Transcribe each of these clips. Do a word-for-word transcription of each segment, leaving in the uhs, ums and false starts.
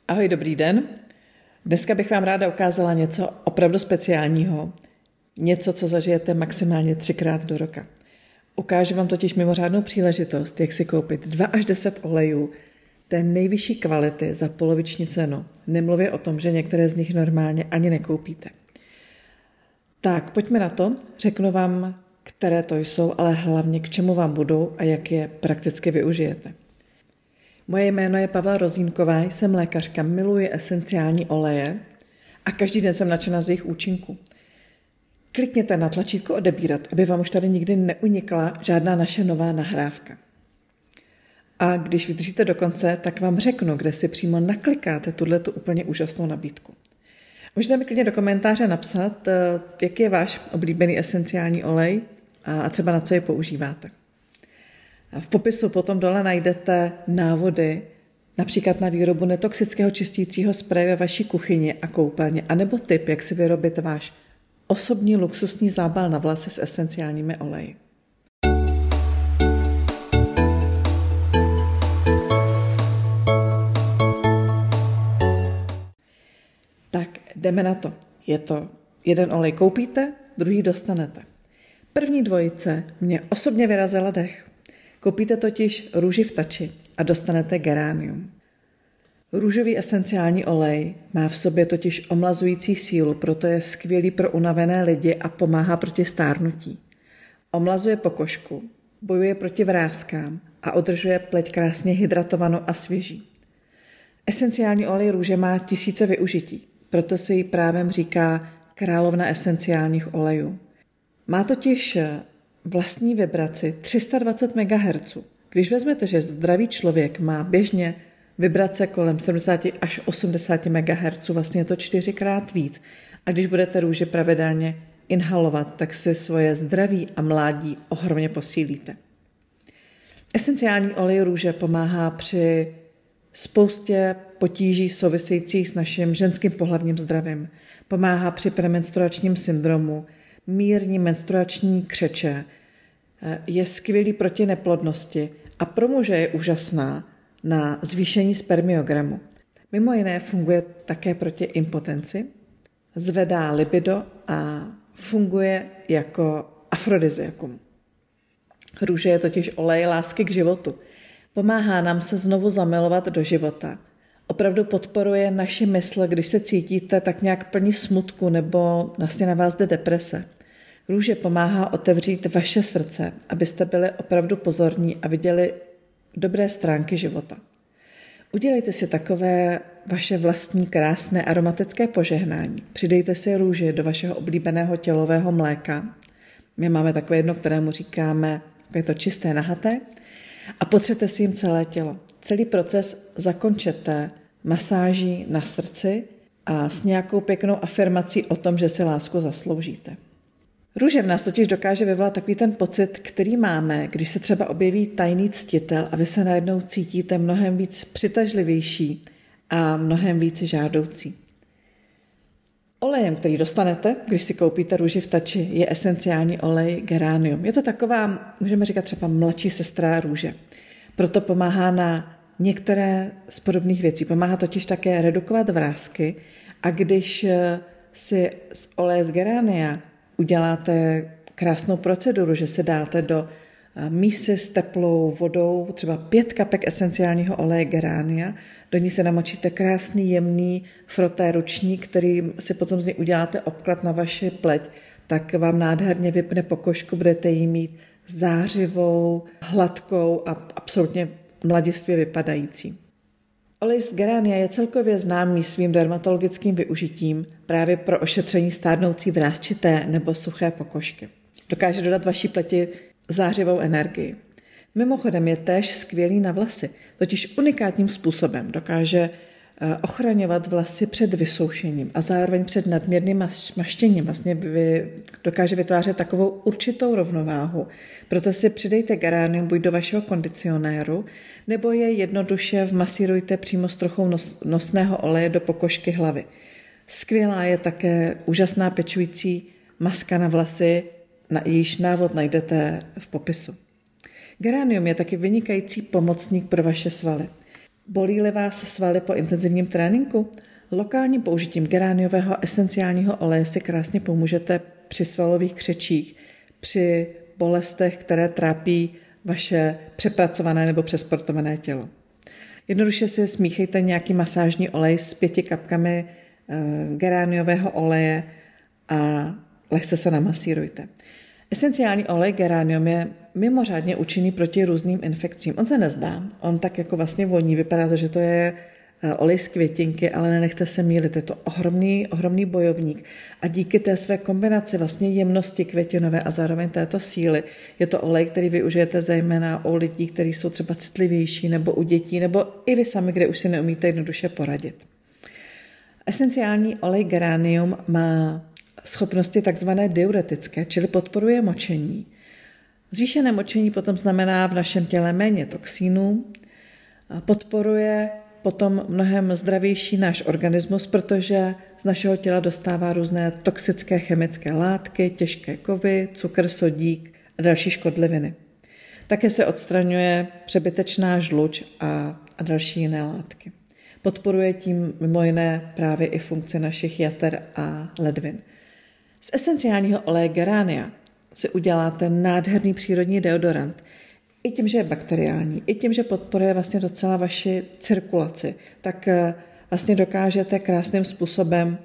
Ahoj, dobrý den. Dneska bych vám ráda ukázala něco opravdu speciálního. Něco, co zažijete maximálně třikrát do roka. Ukážu vám totiž mimořádnou příležitost, jak si koupit dva až deset olejů té nejvyšší kvality za poloviční cenu. Nemluvě o tom, že některé z nich normálně ani nekoupíte. Tak, pojďme na to. Řeknu vám, které to jsou, ale hlavně k čemu vám budou a jak je prakticky využijete. Moje jméno je Pavla Rozínková, jsem lékařka, miluji esenciální oleje a každý den jsem nadšená z jejich účinků. Klikněte na tlačítko odebírat, aby vám už tady nikdy neunikla žádná naše nová nahrávka. A když vydržíte do konce, tak vám řeknu, kde si přímo naklikáte tuhletu úplně úžasnou nabídku. Můžete mi klidně do komentáře napsat, jaký je váš oblíbený esenciální olej a třeba na co je používáte. V popisu potom dole najdete návody, například na výrobu netoxického čistícího spreje ve vaší kuchyni a koupelně, anebo tip, jak si vyrobit váš osobní luxusní zábal na vlasy s esenciálními oleji. Tak, jdeme na to. Je to jeden olej koupíte, druhý dostanete. První dvojice mě osobně vyrazila dech. Koupíte totiž růži v tači a dostanete geranium. Růžový esenciální olej má v sobě totiž omlazující sílu, proto je skvělý pro unavené lidi a pomáhá proti stárnutí. Omlazuje pokožku, bojuje proti vráskám a udržuje pleť krásně hydratovanou a svěží. Esenciální olej růže má tisíce využití, proto se jí právem říká královna esenciálních olejů. Má totiž vlastní vibraci tři sta dvacet megahertzů. Když vezmete, že zdravý člověk má běžně vibrace kolem sedmdesát až osmdesát megahertzů, vlastně je to čtyřikrát víc. A když budete růži pravidelně inhalovat, tak si svoje zdraví a mládí ohromně posílíte. Esenciální olej růže pomáhá při spoustě potíží souvisejících s naším ženským pohlavním zdravím. Pomáhá při premenstruačním syndromu, mírní menstruační křeče, je skvělý proti neplodnosti a pro muže je úžasná na zvýšení spermiogramu. Mimo jiné funguje také proti impotenci, zvedá libido a funguje jako afrodiziakum. Růže je totiž olej lásky k životu. Pomáhá nám se znovu zamilovat do života. Opravdu podporuje naši mysl, když se cítíte tak nějak plní smutku nebo vlastně na vás jde deprese. Růže pomáhá otevřít vaše srdce, abyste byli opravdu pozorní a viděli dobré stránky života. Udělejte si takové vaše vlastní krásné aromatické požehnání. Přidejte si růži do vašeho oblíbeného tělového mléka. My máme takové jedno, kterému říkáme, je to čisté nahaté, a potřete si jim celé tělo. Celý proces zakončete masáží na srdci a s nějakou pěknou afirmací o tom, že si lásku zasloužíte. Růže v nás totiž dokáže vyvolat takový ten pocit, který máme, když se třeba objeví tajný ctitel a vy se najednou cítíte mnohem víc přitažlivější a mnohem víc žádoucí. Olejem, který dostanete, když si koupíte růži v tači, je esenciální olej geranium. Je to taková, můžeme říkat třeba mladší sestra růže. Proto pomáhá na některé z podobných věcí. Pomáhá totiž také redukovat vrásky a když si z oleje z gerania uděláte krásnou proceduru, že si dáte do mísy s teplou vodou třeba pět kapek esenciálního oleje gerania, do ní se namočíte krásný, jemný froté ručník, který si potom z něj uděláte obklad na vaši pleť, tak vám nádherně vypne pokožku, budete jí mít zářivou, hladkou a absolutně mladistvě vypadající. Olej z gerania je celkově známý svým dermatologickým využitím právě pro ošetření stárnoucí vrásčité nebo suché pokožky. Dokáže dodat vaší pleti zářivou energii. Mimochodem je též skvělý na vlasy, totiž unikátním způsobem dokáže ochraňovat vlasy před vysoušením a zároveň před nadměrným maštěním. Vlastně dokáže vytvářet takovou určitou rovnováhu. Proto si přidejte geranium buď do vašeho kondicionéru, nebo je jednoduše vmasírujte přímo s trochou nos, nosného oleje do pokožky hlavy. Skvělá je také úžasná pečující maska na vlasy, na jejíž návod najdete v popisu. Geranium je taky vynikající pomocník pro vaše svaly. Bolí-li vás svaly po intenzivním tréninku? Lokálním použitím gerániového esenciálního oleje si krásně pomůžete při svalových křečích, při bolestech, které trápí vaše přepracované nebo přesportované tělo. Jednoduše si smíchejte nějaký masážní olej s pěti kapkami gerániového oleje a lehce se namasírujte. Esenciální olej geranium je mimořádně účinný proti různým infekcím. On se nezdá, on tak jako vlastně voní, vypadá to, že to je olej z květinky, ale nenechte se mýlit, je to ohromný, ohromný bojovník a díky té své kombinaci vlastně jemnosti květinové a zároveň této síly je to olej, který využijete zejména u lidí, kteří jsou třeba citlivější nebo u dětí, nebo i vy sami, kde už si neumíte jednoduše poradit. Esenciální olej geranium má schopnosti takzvané diuretické, čili podporuje močení. Zvýšené močení potom znamená v našem těle méně toxínů, podporuje potom mnohem zdravější náš organismus, protože z našeho těla dostává různé toxické chemické látky, těžké kovy, cukr, sodík a další škodliviny. Také se odstraňuje přebytečná žluč a, a další jiné látky. Podporuje tím mimo jiné právě i funkci našich jater a ledvin. Z esenciálního oleje gerania si uděláte nádherný přírodní deodorant. I tím, že je bakteriální, i tím, že podporuje vlastně docela vaši cirkulaci, tak vlastně dokážete krásným způsobem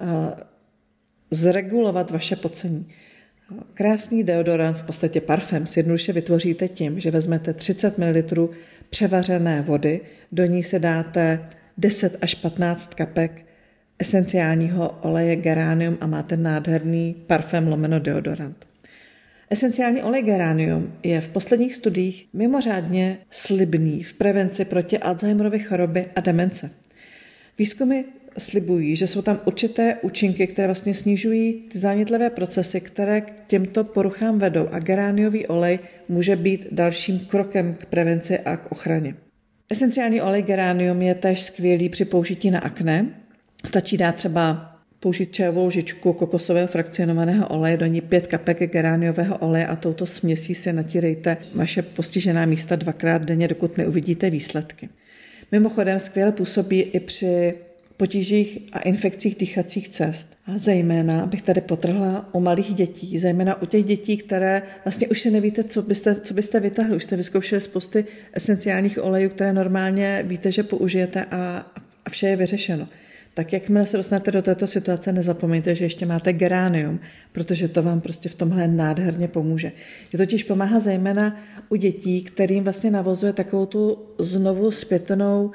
zregulovat vaše pocení. Krásný deodorant, v podstatě parfém, si jednoduše vytvoříte tím, že vezmete třicet mililitrů převařené vody, do ní se dáte deset až patnáct kapek esenciálního oleje geranium a máte nádherný parfém lomeno deodorant. Esenciální olej geranium je v posledních studiích mimořádně slibný v prevenci proti Alzheimerovy choroby a demence. Výzkumy slibují, že jsou tam určité účinky, které vlastně snižují ty zánětlivé procesy, které k těmto poruchám vedou a geraniový olej může být dalším krokem k prevenci a k ochraně. Esenciální olej geranium je též skvělý při použití na akné. Stačí dát třeba použít čajovou lžičku kokosového frakcionovaného oleje, do ní pět kapek geraniového oleje a touto směsí si natírejte vaše postižená místa dvakrát denně, dokud neuvidíte výsledky. Mimochodem skvěle působí i při potížích a infekcích dýchacích cest. A zejména, abych tady potrhla, u malých dětí, zejména u těch dětí, které vlastně už si nevíte, co byste, co byste vytáhli. Už jste vyzkoušeli spousty esenciálních olejů, které normálně víte, že použijete a, a vše je vyřešeno. Tak jakmile se dostanete do této situace, nezapomeňte, že ještě máte geranium, protože to vám prostě v tomhle nádherně pomůže. Je totiž pomáhá zejména u dětí, kterým vlastně navozuje takovou tu znovu zpětnou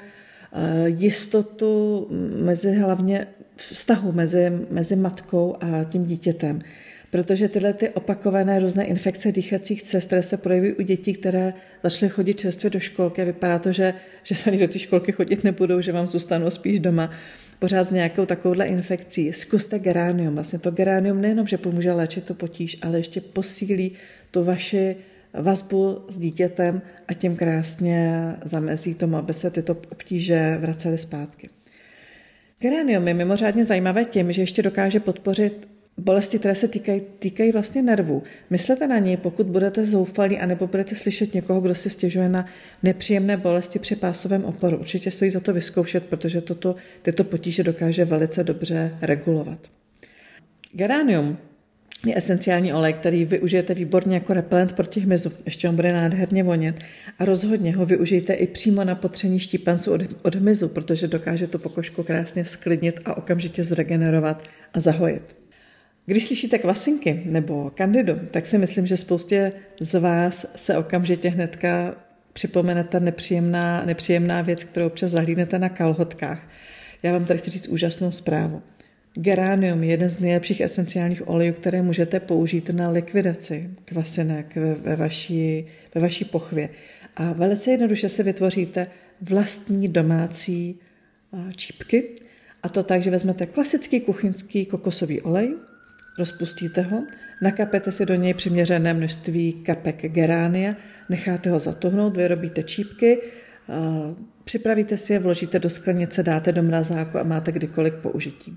jistotu mezi hlavně vztahu mezi, mezi matkou a tím dítětem. Protože tyhle ty opakované různé infekce dýchacích cest, které se projeví u dětí, které začaly chodit čerstvě do školky, vypadá to, že, že ani do té školky chodit nebudou, že vám zůstanou spíš doma, pořád s nějakou takovouhle infekcí. Zkuste geranium. Vlastně to geranium nejenom, že pomůže léčit to potíž, ale ještě posílí tu vaši vazbu s dítětem a tím krásně zamezí tomu, aby se tyto obtíže vracely zpátky. Geranium je mimořádně zajímavé tím, že ještě dokáže podpořit bolesti, které se týkají, týkají vlastně nervů. Myslete na něj, pokud budete zoufalí anebo budete slyšet někoho, kdo si stěžuje na nepříjemné bolesti při pásovém oporu. Určitě stojí za to vyzkoušet, protože toto, tyto potíže dokáže velice dobře regulovat. Geranium je esenciální olej, který využijete výborně jako repelent proti hmyzu. Ještě on bude nádherně vonět a rozhodně ho využijte i přímo na potření štípanců od, od hmyzu, protože dokáže tu pokožku krásně sklidnit a okamžitě zregenerovat a zahojit. Když slyšíte kvasinky nebo kandidu, tak si myslím, že spoustě z vás se okamžitě hnedka připomene ta nepříjemná, nepříjemná věc, kterou občas zahlídnete na kalhotkách. Já vám tady chci říct úžasnou zprávu. Geranium je jeden z nejlepších esenciálních olejů, které můžete použít na likvidaci kvasinek ve, ve, vaší, ve vaší pochvě. A velice jednoduše si vytvoříte vlastní domácí čípky. A to tak, že vezmete klasický kuchyňský kokosový olej, rozpustíte ho, nakapete si do něj přiměřené množství kapek gerania, necháte ho zatuhnout, vyrobíte čípky, připravíte si je, vložíte do sklenice, dáte do mrazáku a máte kdykoliv k použití.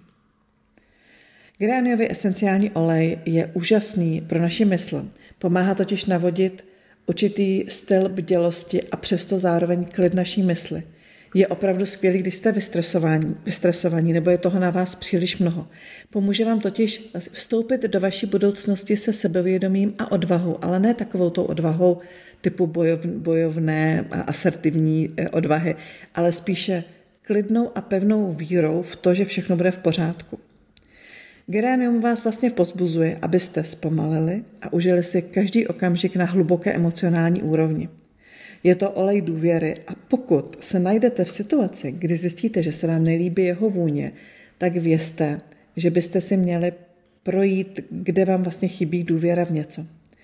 Geraniový esenciální olej je úžasný pro naši mysl. Pomáhá totiž navodit určitý styl bdělosti a přesto zároveň klid naší mysli. Je opravdu skvělý, když jste vystresovaní, vystresovaní nebo je toho na vás příliš mnoho. Pomůže vám totiž vstoupit do vaší budoucnosti se sebevědomím a odvahou, ale ne takovou tou odvahou typu bojov, bojovné a asertivní odvahy, ale spíše klidnou a pevnou vírou v to, že všechno bude v pořádku. Geranium vás vlastně povzbuzuje, abyste zpomalili a užili si každý okamžik na hluboké emocionální úrovni. Je to olej důvěry a pokud se najdete v situaci, kdy zjistíte, že se vám nelíbí jeho vůně, tak vězte, že byste si měli projít, kde vám vlastně chybí důvěra v něco.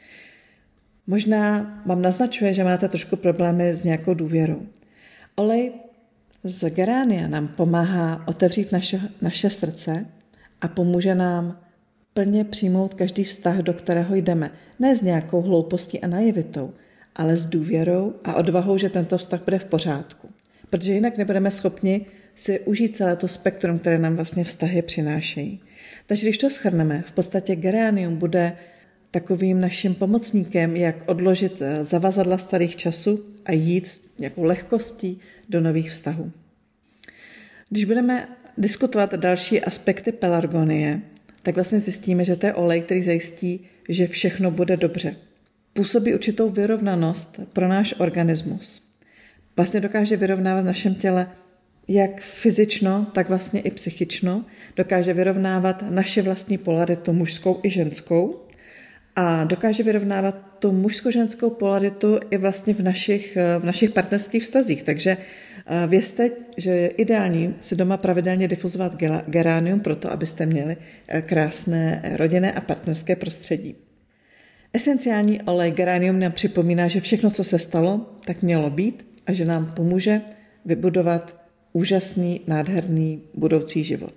Možná vám naznačuje, že máte trošku problémy s nějakou důvěrou. Olej z gerania nám pomáhá otevřít naše, naše srdce a pomůže nám plně přijmout každý vztah, do kterého jdeme. Ne s nějakou hloupostí a naivitou, ale s důvěrou a odvahou, že tento vztah bude v pořádku. Protože jinak nebudeme schopni si užít celé to spektrum, které nám vlastně vztahy přinášejí. Takže když to shrneme, v podstatě geranium bude takovým naším pomocníkem, jak odložit zavazadla starých časů a jít s nějakou lehkostí do nových vztahů. Když budeme diskutovat další aspekty pelargonie, tak vlastně zjistíme, že to je olej, který zajistí, že všechno bude dobře. Působí určitou vyrovnanost pro náš organismus. Vlastně dokáže vyrovnávat v našem těle jak fyzično, tak vlastně i psychično. Dokáže vyrovnávat naše vlastní polaritu mužskou i ženskou a dokáže vyrovnávat tu mužsko-ženskou polaritu i vlastně v našich, v našich partnerských vztazích. Takže vězte, že je ideální si doma pravidelně difuzovat geranium proto, abyste měli krásné rodinné a partnerské prostředí. Esenciální olej geranium nám připomíná, že všechno, co se stalo, tak mělo být a že nám pomůže vybudovat úžasný, nádherný budoucí život.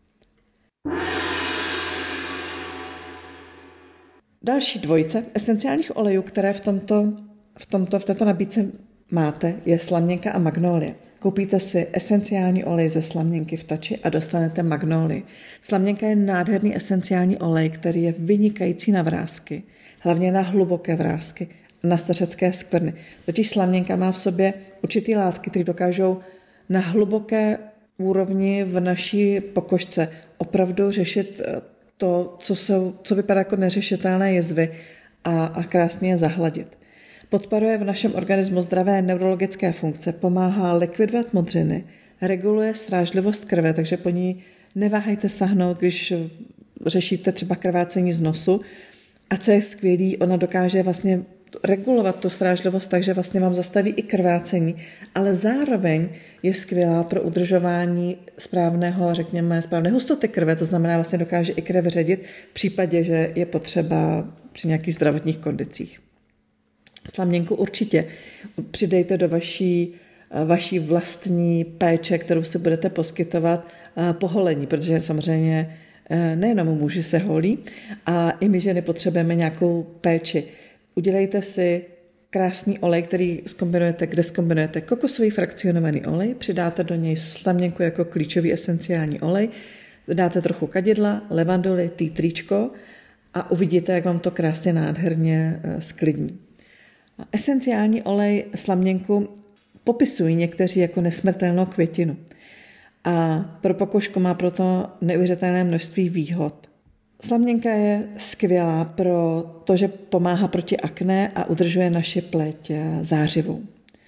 Další dvojice esenciálních olejů, které v, tomto, v, tomto, v této nabídce máte, je slaměnka a magnolie. Koupíte si esenciální olej ze slaměnky v Tači a dostanete magnolii. Slaměnka je nádherný esenciální olej, který je vynikající na vrásky, hlavně na hluboké vrásky, na stařecké skvrny. Totiž slaměnka má v sobě určitý látky, které dokážou na hluboké úrovni v naší pokožce opravdu řešit to, co, jsou, co vypadá jako neřešitelné jizvy a, a krásně je zahladit. Podporuje v našem organismu zdravé neurologické funkce, pomáhá likvidovat modřiny, reguluje srážlivost krve, takže po ní neváhejte sahnout, když řešíte třeba krvácení z nosu. A co je skvělý, ona dokáže vlastně regulovat tu srážlivost, takže vlastně vám zastaví i krvácení, ale zároveň je skvělá pro udržování správného, řekněme, správné hustoty krve, to znamená vlastně dokáže i krev ředit v případě, že je potřeba při nějakých zdravotních kondicích. Slaměnku určitě přidejte do vaší, vaší vlastní péče, kterou si budete poskytovat po holení, protože samozřejmě nejenom muži se holí a i my ženy potřebujeme nějakou péči. Udělejte si krásný olej, který zkombinujete, kde zkombinujete kokosový frakcionovaný olej, přidáte do něj slaměnku jako klíčový esenciální olej, dáte trochu kadidla, levanduly, týtříčko a uvidíte, jak vám to krásně nádherně sklidní. Esenciální olej slaměnku popisují někteří jako nesmrtelnou květinu. A pro pokožku má proto neuvěřitelné množství výhod. Slaměnka je skvělá pro to, že pomáhá proti akné a udržuje naši pleť zářivou.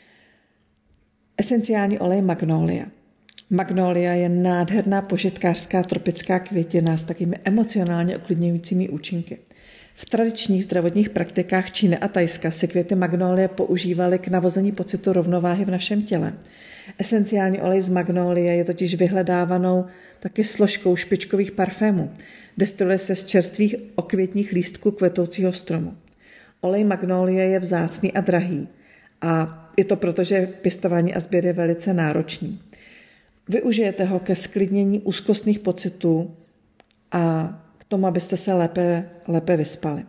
Esenciální olej magnolia. Magnolia je nádherná požitkářská tropická květina s takými emocionálně uklidňujícími účinky. V tradičních zdravotních praktikách Číny a Thajska se květy magnolie používaly k navození pocitu rovnováhy v našem těle. Esenciální olej z magnolie je totiž vyhledávanou taky složkou špičkových parfémů. Destiluje se z čerstvých okvětních lístků kvetoucího stromu. Olej magnolie je vzácný a drahý a je to proto, že pěstování a sběr je velice náročný. Využijete ho ke sklidnění úzkostných pocitů a k tomu, abyste se lépe, lépe vyspali.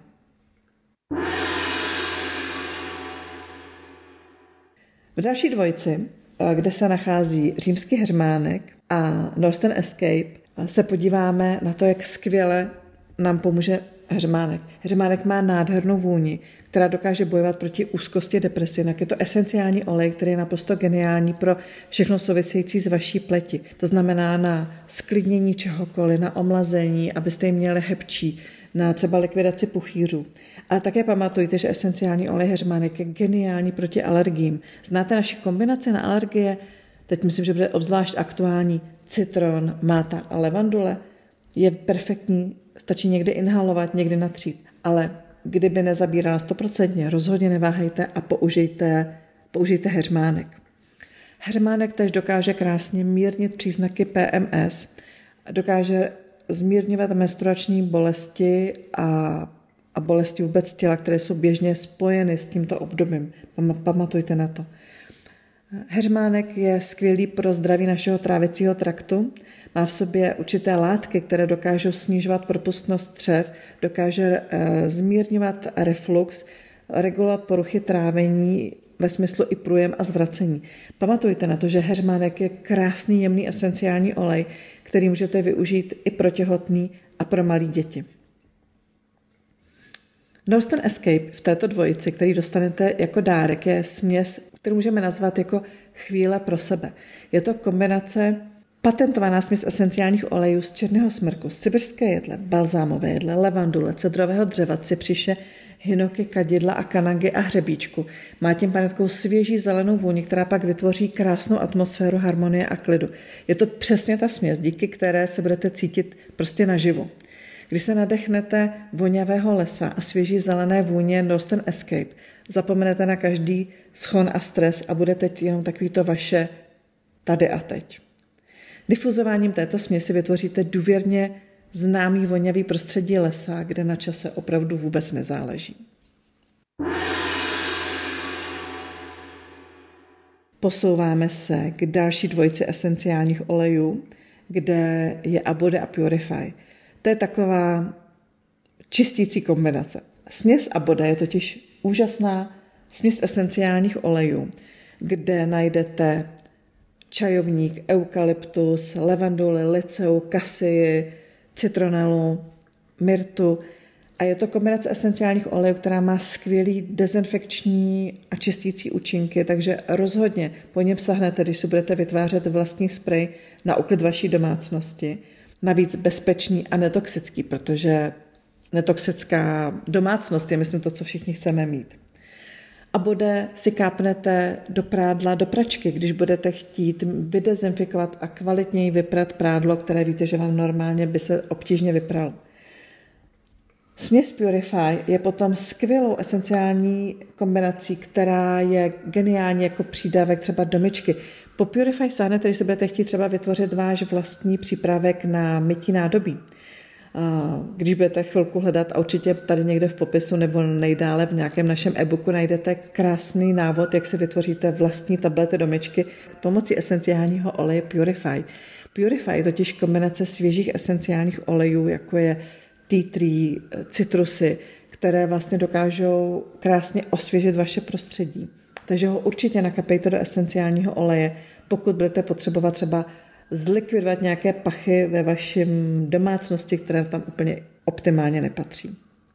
V další dvojici, kde se nachází římský heřmánek a Northern Escape, se podíváme na to, jak skvěle nám pomůže heřmánek. Heřmánek má nádhernou vůni, která dokáže bojovat proti úzkosti, depresi. Je to esenciální olej, který je naprosto geniální pro všechno související s vaší pleti. To znamená na sklidnění čehokoliv, na omlazení, abyste ji měli hebčí, na třeba likvidaci puchýřů. Ale také pamatujte, že esenciální olej heřmánek je geniální proti alergiím. Znáte naši kombinace na alergie? Teď myslím, že bude obzvlášť aktuální citron, máta a levandule. Je perfektní, stačí někdy inhalovat, někdy natřít. Ale kdyby nezabírala stoprocentně, rozhodně neváhejte a použijte, použijte heřmánek. Heřmánek tež dokáže krásně mírnit příznaky P M S, dokáže zmírňovat menstruační bolesti a, a bolesti vůbec těla, které jsou běžně spojeny s tímto obdobím. Pamatujte na to. Heřmánek je skvělý pro zdraví našeho trávicího traktu. Má v sobě určité látky, které dokážou snižovat propustnost střev, dokáže e, zmírňovat reflux, regulovat poruchy trávení ve smyslu i průjem a zvracení. Pamatujte na to, že heřmánek je krásný, jemný esenciální olej, který můžete využít i pro těhotný a pro malé děti. Northern Escape v této dvojici, který dostanete jako dárek, je směs, kterou můžeme nazvat jako chvíle pro sebe. Je to kombinace patentovaná směs esenciálních olejů z černého smrku, sibirské jedle, balzámové jedle, levandule, cedrového dřeva, cypřiše, hinoky, kadidla a kanangy a hřebíčku. Má tím panetkou svěží zelenou vůni, která pak vytvoří krásnou atmosféru harmonie a klidu. Je to přesně ta směs, díky které se budete cítit prostě naživu. Když se nadechnete vonavého lesa a svěží zelené vůně Northern Escape, zapomenete na každý schon a stres a bude teď jenom takový to vaše tady a teď. Difuzováním této směsi vytvoříte důvěrně známý vonavý prostředí lesa, kde na čase opravdu vůbec nezáleží. Posouváme se k další dvojici esenciálních olejů, kde je Abode a Purify. To je taková čistící kombinace. Směs Abode je totiž úžasná směs esenciálních olejů, kde najdete čajovník, eukalyptus, levanduli, liceu, kasii, citronelu, myrtu a je to kombinace esenciálních olejů, která má skvělý dezinfekční a čistící účinky, takže rozhodně po něm sahnete, když si budete vytvářet vlastní sprej na úklid vaší domácnosti. Navíc bezpečný a netoxický, protože netoxická domácnost je, myslím, to, co všichni chceme mít. Abode si kápnete do prádla, do pračky, když budete chtít vydezinfikovat a kvalitněji vyprat prádlo, které víte, že vám normálně by se obtížně vypralo. Směs Purify je potom skvělou esenciální kombinací, která je geniální jako přídavek třeba do myčky. Po Purify sáhnete, když se budete chtít třeba vytvořit váš vlastní přípravek na mytí nádobí. Když budete chvilku hledat, a určitě tady někde v popisu nebo nejdále v nějakém našem e-booku najdete krásný návod, jak si vytvoříte vlastní tablety do myčky pomocí esenciálního oleje Purify. Purify je totiž kombinace svěžích esenciálních olejů, jako je tea tree, citrusy, které vlastně dokážou krásně osvěžit vaše prostředí. Takže ho určitě nakapejte do esenciálního oleje, pokud budete potřebovat třeba zlikvidovat nějaké pachy ve vašem domácnosti, které tam úplně optimálně nepatří.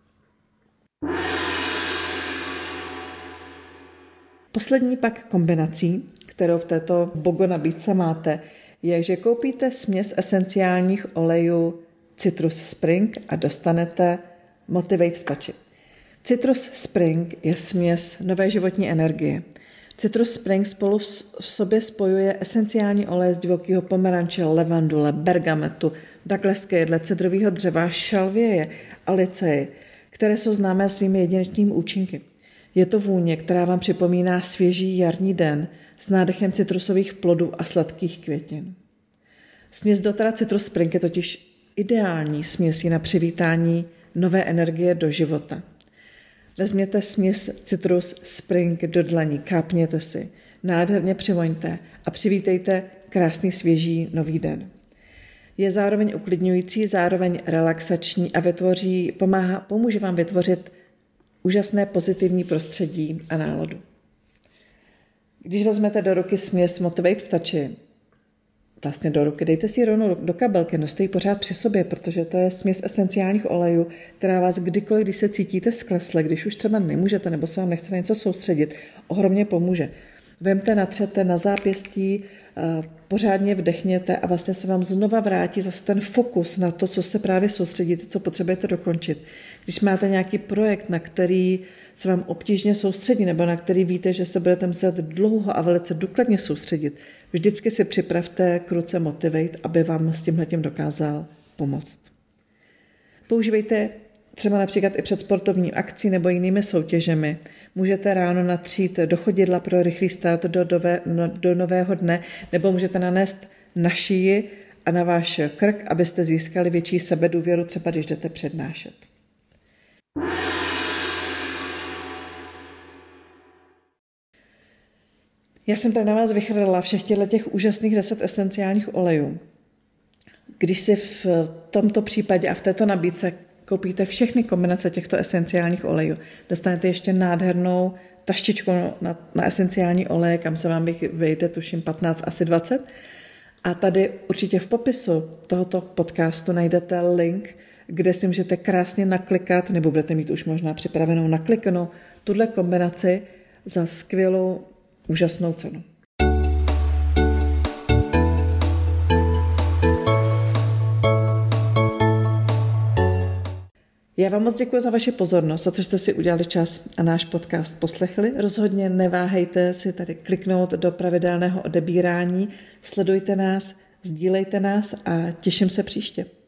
Poslední pak kombinací, kterou v této BOGO nabídce máte, je, že koupíte směs esenciálních olejů Citrus Spring a dostanete Motivate v Tači. Citrus Spring je směs nové životní energie. Citrus Spring spolu v sobě spojuje esenciální olej z divokého pomeranče, levandule, bergametu, douglaské jedle, cedrového dřeva, šalvěje a liceji, které jsou známé svými jedinečnými účinky. Je to vůně, která vám připomíná svěží jarní den s nádechem citrusových plodů a sladkých květin. Směs doTERRA Citrus Spring je totiž ideální směsí na přivítání nové energie do života. Vezměte směs Citrus Spring do dlaní, kápněte si, nádherně přivoňte a přivítejte krásný svěží nový den. Je zároveň uklidňující, zároveň relaxační a vytvoří, pomáhá, pomůže vám vytvořit úžasné pozitivní prostředí a náladu. Když vezmete do ruky směs Motivate v Tači, vlastně do ruky. Dejte si ji rovnou do kabelky, noste ji pořád při sobě, protože to je směs esenciálních olejů, která vás kdykoliv, když se cítíte sklesle, když už třeba nemůžete nebo se vám nechce na něco soustředit, ohromně pomůže. Vemte, natřete na zápěstí, pořádně vdechněte a vlastně se vám znova vrátí zase ten fokus na to, co se právě soustředíte, co potřebujete dokončit. Když máte nějaký projekt, na který se vám obtížně soustředí nebo na který víte, že se budete muset dlouho a velice důkladně soustředit, vždycky si připravte Kruce Motivate, aby vám s tímhletím dokázal pomoct. Používejte třeba například i před sportovní akcí nebo jinými soutěžemi. Můžete ráno natřít do chodidla pro rychlý start do, dove, no, do nového dne, nebo můžete nanést na šíji a na váš krk, abyste získali větší sebedůvěru, třeba když jdete přednášet. Já jsem tady na vás vychrlila všech těch úžasných deset esenciálních olejů. Když si v tomto případě a v této nabídce koupíte všechny kombinace těchto esenciálních olejů, dostanete ještě nádhernou taštičku na, na esenciální oleje, kam se vám vejde, tuším, patnáct, asi dvacet. A tady určitě v popisu tohoto podcastu najdete link, kde si můžete krásně naklikat, nebo budete mít už možná připravenou naklikanou, tuhle kombinaci za skvělou, úžasnou cenu. Já vám moc děkuji za vaši pozornost, za to, že jste si udělali čas a náš podcast poslechli. Rozhodně neváhejte si tady kliknout do pravidelného odebírání, sledujte nás, sdílejte nás a těším se příště.